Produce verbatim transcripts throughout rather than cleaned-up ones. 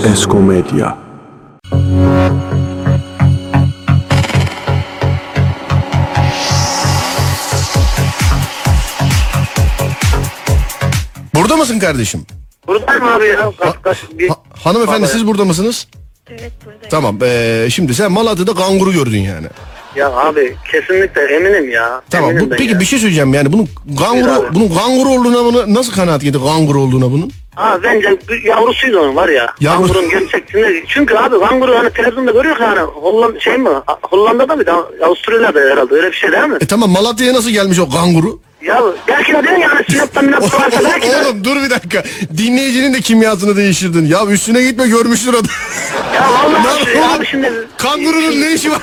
Eskomedya. Burada mısın kardeşim? Buradayım abi ya. Kaç, kaç, bir... Ha, hanımefendi Vallahi. siz burada mısınız? Evet buradayım. Tamam. Ee, şimdi sen Malatya'da kanguru gördün yani. Ya abi kesinlikle eminim ya. Tamam. Eminim Bu, ben peki ya. bir şey söyleyeceğim yani bunun kanguru abi. bunun kanguru olduğuna bunu nasıl kanaat getirdi kanguru olduğuna bunun? Ha bence bir yavrusuydu onun var ya. Yavru- Kangurun gerçekliğinde. Çünkü abi kanguru hani televizyonda görüyoruz yani. Hollanda şey mi? Hollanda'da mıydı? Avustralya'da herhalde öyle bir şey değil mi? E tamam Malatya'ya nasıl gelmiş o kanguru? Ya belki de diyorsun yani Sinop'tan Minop'tan varsa belki de. Oğlum dur bir dakika. Dinleyicinin de kimyasını değiştirdin. Ya üstüne gitme görmüştür adam. Ya vallahi Lan abi, oğlum, abi şimdi. Kangurunun ne işi var?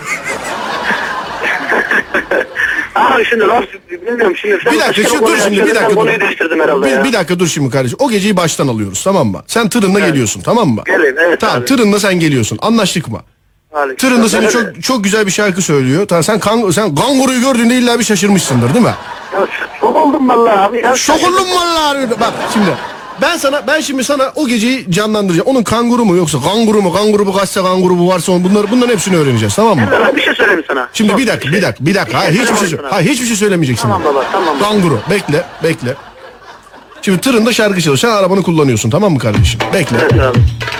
Abi şimdi laf bilmiyorum şimdi. Sen Bir dakika başka şu dur konuyu şimdi bir açıyordun, dakika sen dur. konuyu değiştirdin herhalde Bir, ya. bir dakika dur şimdi kardeşim. O geceyi baştan alıyoruz tamam mı? Sen tırınla geliyorsun tamam mı? Geleyim, evet Tamam abi. tırınla sen geliyorsun. Anlaştık mı? Aleyküm. Tırında seni Ben çok öyle- çok güzel bir şarkı söylüyor. Tamam sen kan, sen kanguruyu gördüğünde illa bir şaşırmışsındır değil mi? Ya şok oldum vallahi abi. Ya, Şokullum vallahi. Bak şimdi ben sana ben şimdi sana o geceyi canlandıracağım. Onun kanguru mu yoksa kanguru mu? Kanguru bu kaçsa kanguru bu varsa on bunları bunların hepsini öğreneceğiz tamam mı? Ben bir şey söyleyeyim sana. Şimdi Son bir dakika bir dakika bir dakika. Hayır hiçbir şey söyleyeyim sana. hayır hiçbir şey söylemeyeceksin. Tamam baba, tamam baba. Kanguru bekle bekle. Şimdi tırında şarkı çalıyor. Sen arabanı kullanıyorsun tamam mı kardeşim? Bekle. Evet abi.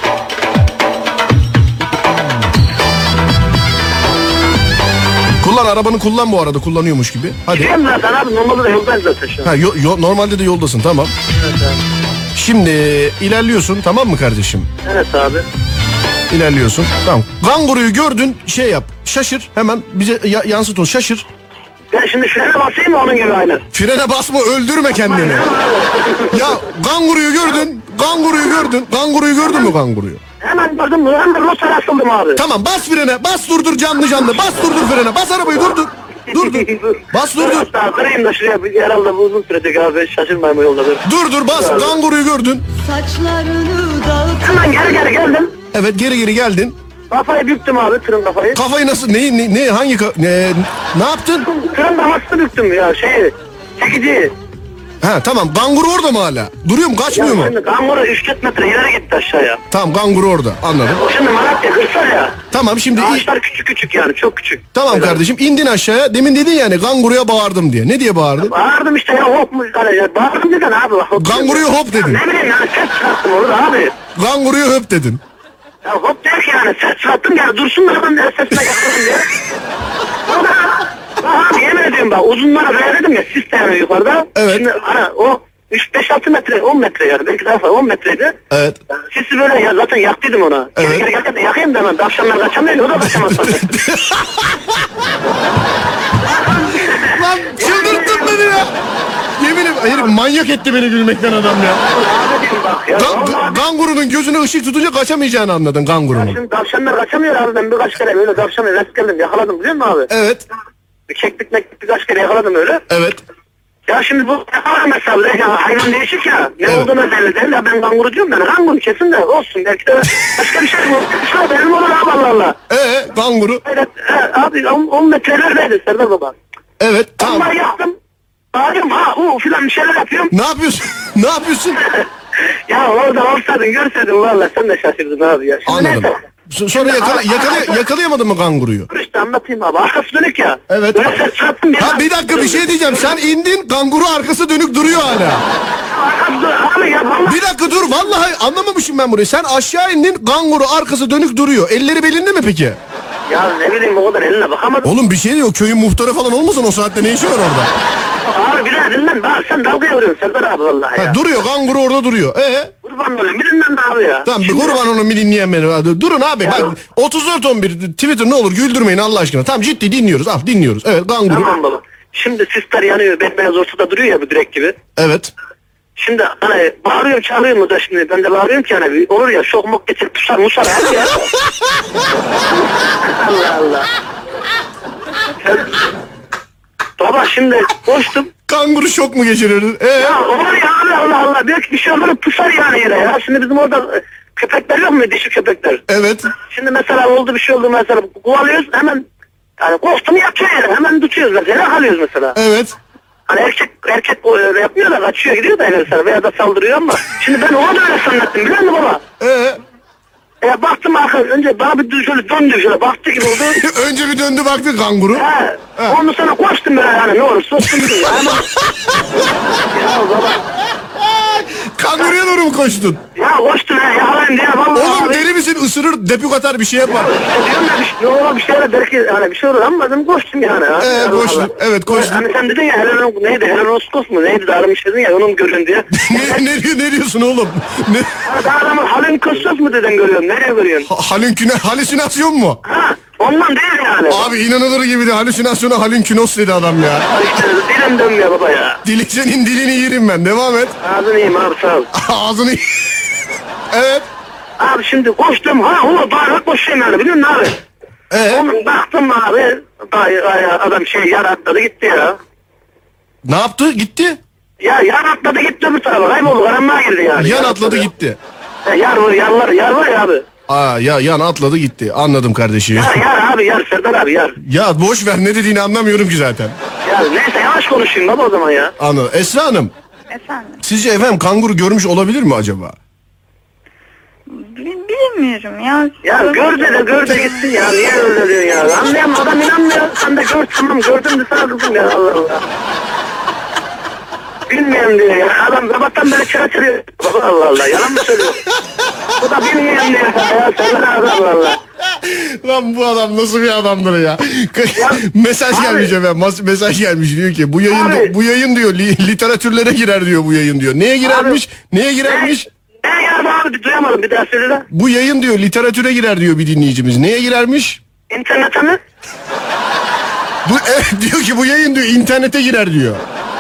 Kullan arabanı kullan bu arada kullanıyormuş gibi. Hadi. Biliyorum zaten abi normalde de yoldayım zaten şu an. Ha, yo, yo- normalde de yoldasın tamam. Evet abi. Şimdi ilerliyorsun tamam mı kardeşim? Evet abi. İlerliyorsun. Tamam. Kanguruyu gördün şey yap. Şaşır hemen bize ya- yansıt onu şaşır. Ben şimdi frene basayım mı onun gibi aynı? Frene basma öldürme kendini. Ya kanguruyu gördün. Kanguruyu gördün. Kanguruyu gördün mü kanguruyu? Hemen gördüm mü? Hemen Ros'a asıldım abi. Tamam bas frene. Bas durdur canlı canlı. Bas durdur frene. Bas arabayı durdur. Durdur. Bas durdur. Hatta kırayım da şuraya bir herhalde bu uzun sürecek abi. Şaşırmayayım o yolda dur. Dur dur bas. Kanguruyu gördün. Saçlarını dağıt. Hemen geri geri geldim. Evet geri geri geldin. Kafayı büktüm abi tırın kafayı. Kafayı nasıl ne ne, ne hangi ka- ne, ne yaptın? Tırın kafasını büktüm ya şey. Çekici. Ha tamam kanguru orada mı hala? Duruyor mu Ya kaçmıyor mu? şimdi kanguru üç dört metre ileri gitti aşağıya. Tamam kanguru orada anladım. O şimdi Malatya kırsal ya. Tamam şimdi i- Ağaçlar küçük küçük yani çok küçük. tamam Öyle. kardeşim indin aşağıya. Demin dedin yani kanguruya bağırdım diye. Ne diye bağırdın? Bağırdım işte ya hop mu hani ya bağırdım dedin abi. Hop Kanguruya hop dedin. Ne bileyim yani ses çıkarttım orada abi. Kanguruya höp dedin. Ya hop der ki yani ses çıkarttım yani dursun da adam der sesine yakaladım diye. Orada abi yemin ediyorum bak uzunlara böyle dedim ya sis dayanıyor yukarıda. Evet. Şimdi hani o üç beş altı metre on metre yani belki daha fazla on metreydi. Evet. Sisi böyle ya zaten yaktıydım ona. Evet. Geri geri geri de yakayım da hemen tavşanlar kaçamıyor o da kaçamaz. Lan çıldırttın beni ya. Yeminim herif manyak etti beni gülmekten adam ya. Abi diyeyim bak ya. Kan- vallahi- kangurunun gözüne ışık tutunca kaçamayacağını anladın kangurunun. Şimdi tavşanlar kaçamıyor abi ben birkaç kere böyle tavşanı rast geldim yakaladım biliyor musun abi? Evet. Bir çektik mektik birkaç kere yakaladım öyle. Evet. Ya şimdi bu yakaladım mesela ya hayvan değişik ya. Ne Evet. olduğunu belli değil ya ben kanguru diyorum ben kanguru kesin de olsun belki de başka bir şey bu. Şu benim olur abi Allah Allah. Ee kanguru. Evet e, abi on metrelerdeydi Serdar Baba. Evet tamam. Vallahi yaktım. Bağırıyorum ha u filan bir şeyler yapıyorum. Ne yapıyorsun? Ne yapıyorsun? Ya orada olsaydın görseydin valla sen de şaşırdın abi ya. Şimdi Anladım. neyse. So- Sonra yakala, yakala, yakalayamadın mı kanguruyu? Dur işte anlatayım abi. Arkası dönük ya. Evet. Böyle ses çıkarttım ya. Ha bir dakika bir şey diyeceğim. Sen indin kanguru arkası dönük duruyor hala. Arkası dönük. Abi ya vallahi. Bir dakika dur vallahi anlamamışım ben burayı. Sen aşağı indin kanguru arkası dönük duruyor. Elleri belinde mi peki? Ya ne bileyim o kadar eline bakamadım. Oğlum bir şey yok köyün muhtarı falan olmasın o saatte ne işi var orada? Abi bir de dinlen. Bak sen dalga vuruyorsun Serdar abi vallahi ya. Ha, duruyor kanguru orada duruyor. Ee? Kurban olayım. Bir dinlen de abi ya. Tamam bir Şimdi- kurban onu bir dinleyen beni. Hadi Durun abi Ya- bak otuz dört on bir Twitter ne olur güldürmeyin Allah aşkına. Tamam ciddi dinliyoruz. Al dinliyoruz. Evet kanguru. Tamam baba. Şimdi sisler yanıyor. Bembeyaz ortada duruyor ya bu direk gibi. Evet. Şimdi hani bağırıyorum çağırıyorum mu da şimdi ben de bağırıyorum ki hani bir olur ya şok mok geçir pusar musar abi ya. Allah Allah. Baba şimdi koştum. Kanguru şok mu geçiriyoruz? Ee? Ya o var ya abi Allah Allah. Belki bir şey olur pusar yani yere ya. Şimdi bizim orada e, köpekler yok mu dişi köpekler? Evet. Şimdi mesela oldu bir şey oldu mesela kovalıyoruz hemen yani korktum yatıyor yere hemen tutuyoruz mesela alıyoruz mesela. Evet. Hani erkek erkek o öyle yapmıyor da kaçıyor gidiyor da mesela veya da saldırıyor ama şimdi ben ona da öyle zannettim biliyor musun baba? Ee? E, baktım arka önce bana bir şöyle döndü şöyle baktı gibi oldu. Önce bir döndü baktı kanguru. He. Ondan sonra koştum böyle yani ne olur soktum dedim. Ama... ya baba. Kanguruya doğru mu koştun? Ya koştum ya yakalayın diye vallahi. Oğlum abi. deli misin? Isırır, depük atar, bir şey yapar. İşte diyorum ya bir şey, ne olur bir şeyler belki hani bir şey olur ama dedim koştum yani. Ha. Ee, Allah koştun. Allah. Evet, koştun. Hani sen dedin ya Helen neydi Helenoskop mu neydi darmış dedin ya onun görün diye. ne, ne, diyor- ne diyorsun oğlum? Ne? Hani daha adamın halin kıssız mu dedin görüyorsun nereye görüyorsun? Ha- Halünküne, halüsinasyon mu? Ha ondan değil yani. Abi inanılır gibi de halüsinasyona halünkünos dedi adam ya. İşte dilim dönmüyor baba ya. Dili senin dilini yerim ben. Devam et. Ağzını yiyeyim abi sağ ol. Ağzını Evet. Abi şimdi koştum ha o bağırarak koşuyorum yani biliyor musun abi? Ee? Oğlum baktım abi ay, ay, adam şey yar atladı gitti ya. Ne yaptı? Gitti. Ya yar atladı gitti bu tarafa kayboldu karanlığa girdi yani. Yan Yar atladı ya. gitti. E, yar var yarlar yar var ya abi. Aa ya yan atladı gitti. Anladım kardeşim. Yar yar abi yar Serdar abi yar. Ya boş ver, ne dediğini anlamıyorum ki zaten. Ya neyse yavaş konuşayım baba o zaman ya. Anladım. Esra Hanım, Efendim. sizce efendim kanguru görmüş olabilir mi acaba? Bil- bilmiyorum ya. Ya gör de de gör de gitsin ya niye öyle diyorsun ya. Anlayamam adam inanmıyor. Sen de gör tamam gördüm de sana kızım ya Allah Allah. Bilmiyorum diyor ya. Adam sabahtan beri çıra çırıyor. Baba Allah Allah yalan mı söylüyor? Bu da bilmiyorum diyor ya. Serdar abi Allah Allah. Lan bu adam nasıl bir adamdır ya? mesaj abi- gelmiş efendim. mas- Mesaj gelmiş diyor ki bu yayın Abi- bu yayın diyor li- literatürlere girer diyor bu yayın diyor. Neye girermiş? Neye girermiş? Ne ya abi duyamadım bir daha söyle lan. Bu yayın diyor literatüre girer diyor bir dinleyicimiz. Neye girermiş? İnternete mi? Bu evet, diyor ki bu yayın diyor internete girer diyor.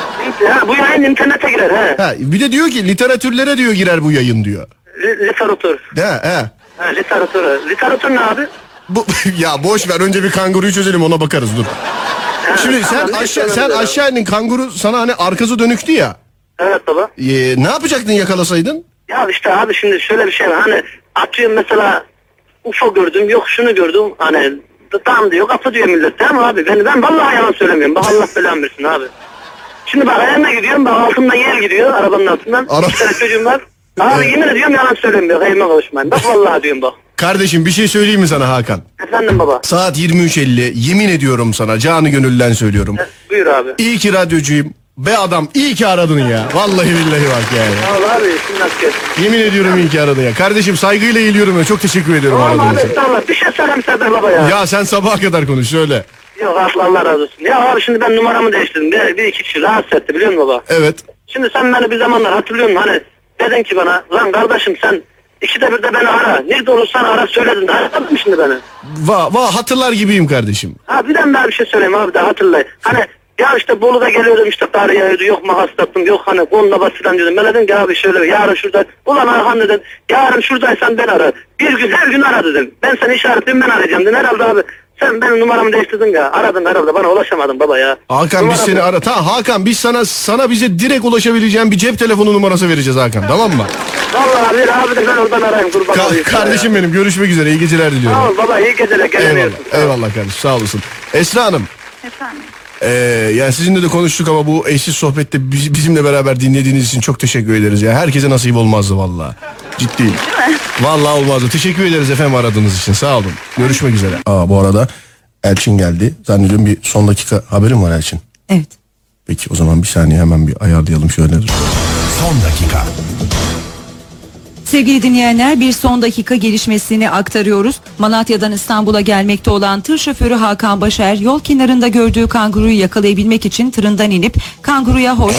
Ha, bu yayın internete girer he. Ha, bir de diyor ki literatürlere diyor girer bu yayın diyor. Li- Literatür. He he. Ha, literatür. Literatür ne abi? Bu ya boş ver, önce bir kanguruyu çözelim, ona bakarız dur. Ha, Şimdi tamam, sen ne aşağı sen söylemedi aşağı indin, kanguru sana hani arkası dönüktü ya. Evet baba. Ee, ne yapacaktın yakalasaydın? Ya işte abi şimdi şöyle bir şey var. Hani atıyorum mesela U F O gördüm yok şunu gördüm hani tam diyor kapı diyor millet tamam abi ben, ben vallahi yalan söylemiyorum bak Allah belamı versin abi. Şimdi bak ayağına gidiyorum bak altından yer gidiyor arabanın altından. Ara- Bir tane çocuğum var. Abi yemin ediyorum yalan söylemiyor kayma konuşmayın. Bak vallahi diyorum bak. Kardeşim bir şey söyleyeyim mi sana Hakan? Efendim baba. Saat yirmi üç elli, yemin ediyorum sana, canı gönülden söylüyorum. E, Buyur abi. İyi ki radyocuyum. Be adam, iyi ki aradın ya. Vallahi billahi bak yani. Sağ ol abi şimdi nasıl gelsin. Yemin ediyorum iyi ki aradın ya. Kardeşim saygıyla eğiliyorum ya. Çok teşekkür ediyorum Tamam aradığın abi için. estağfurullah bir şey söyleyeyim Serdar baba ya. Ya sen sabaha kadar konuş söyle. Yok asla Allah razı olsun. Ya abi şimdi ben numaramı değiştirdim. Bir, bir iki kişi rahatsız etti biliyor musun baba? Evet. Şimdi sen beni bir zamanlar hatırlıyor musun? Hani dedin ki bana lan kardeşim sen ikide bir de beni ara. Nerede olursan ara söyledin. Aradın mı şimdi beni? Va, va hatırlar gibiyim kardeşim. Ha bir daha bir şey söyleyeyim abi de hatırlayın. Hani ya işte Bolu'da geliyordum işte kar yağıyordu yok makas taktım yok hani konuda basılan diyordum. Ben dedim ki abi şöyle yarın şurada ulan Arhan dedim yarın şuradaysan ben ara. Bir gün her gün ara dedim. Ben seni işaretleyeyim ben arayacağım dedim. Herhalde abi sen benim numaramı değiştirdin ya. Aradın aradın bana ulaşamadın baba ya. Hakan biz Numaramı- seni ara. Ta Hakan biz sana sana bize direkt ulaşabileceğin bir cep telefonu numarası vereceğiz Hakan, tamam mı? Vallahi bir abi de ben oradan arayayım kurban Ka- olayım sana ya. kardeşim benim, görüşmek üzere, iyi geceler diliyorum. Sağ ol baba iyi geceler Eyvallah. gelemiyorsun. Eyvallah kardeşim, sağ olasın. Esra Hanım. Efendim. Ee, yani sizinle de konuştuk ama bu eşsiz sohbette biz- bizimle beraber dinlediğiniz için çok teşekkür ederiz ya. Herkese nasip olmazdı vallahi. Ciddiyim. Vallahi olmazdı. Teşekkür ederiz efendim aradığınız için. Sağ olun. Görüşmek üzere. Aa bu arada Elçin geldi. Zannediyorum bir son dakika haberim var Elçin. Evet. Peki o zaman bir saniye hemen bir ayarlayalım şöyle. Son dakika. Sevgili dinleyenler, bir son dakika gelişmesini aktarıyoruz. Malatya'dan İstanbul'a gelmekte olan tır şoförü Hakan Başer yol kenarında gördüğü kanguruyu yakalayabilmek için tırından inip kanguruya hoş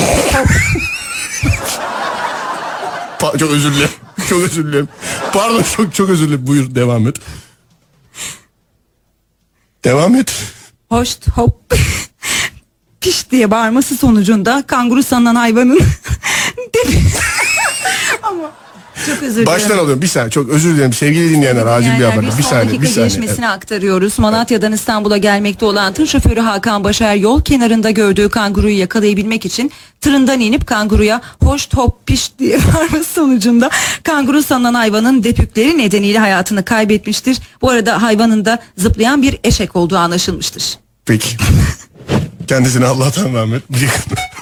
Pa- çok özür dilerim. Çok özür dilerim. Pardon çok çok özür dilerim. Buyur devam et. Devam et. hoş hop piş diye bağırması sonucunda kanguru sanılan hayvanın ama çok özür dilerim. Baştan alıyorum. Bir saniye. Çok özür dilerim. Sevgili dinleyenler acil bir Dinleyenler, haber. Bir son saniye. dakika Bir saniye. gelişmesini aktarıyoruz. Malatya'dan İstanbul'a gelmekte olan tır şoförü Hakan Başer yol kenarında gördüğü kanguruyu yakalayabilmek için tırından inip kanguruya hoş hop piş diye bağırması sonucunda kanguru sanılan hayvanın depükleri nedeniyle hayatını kaybetmiştir. Bu arada hayvanın da zıplayan bir eşek olduğu anlaşılmıştır. Peki. Kendisine Allah'tan rahmet.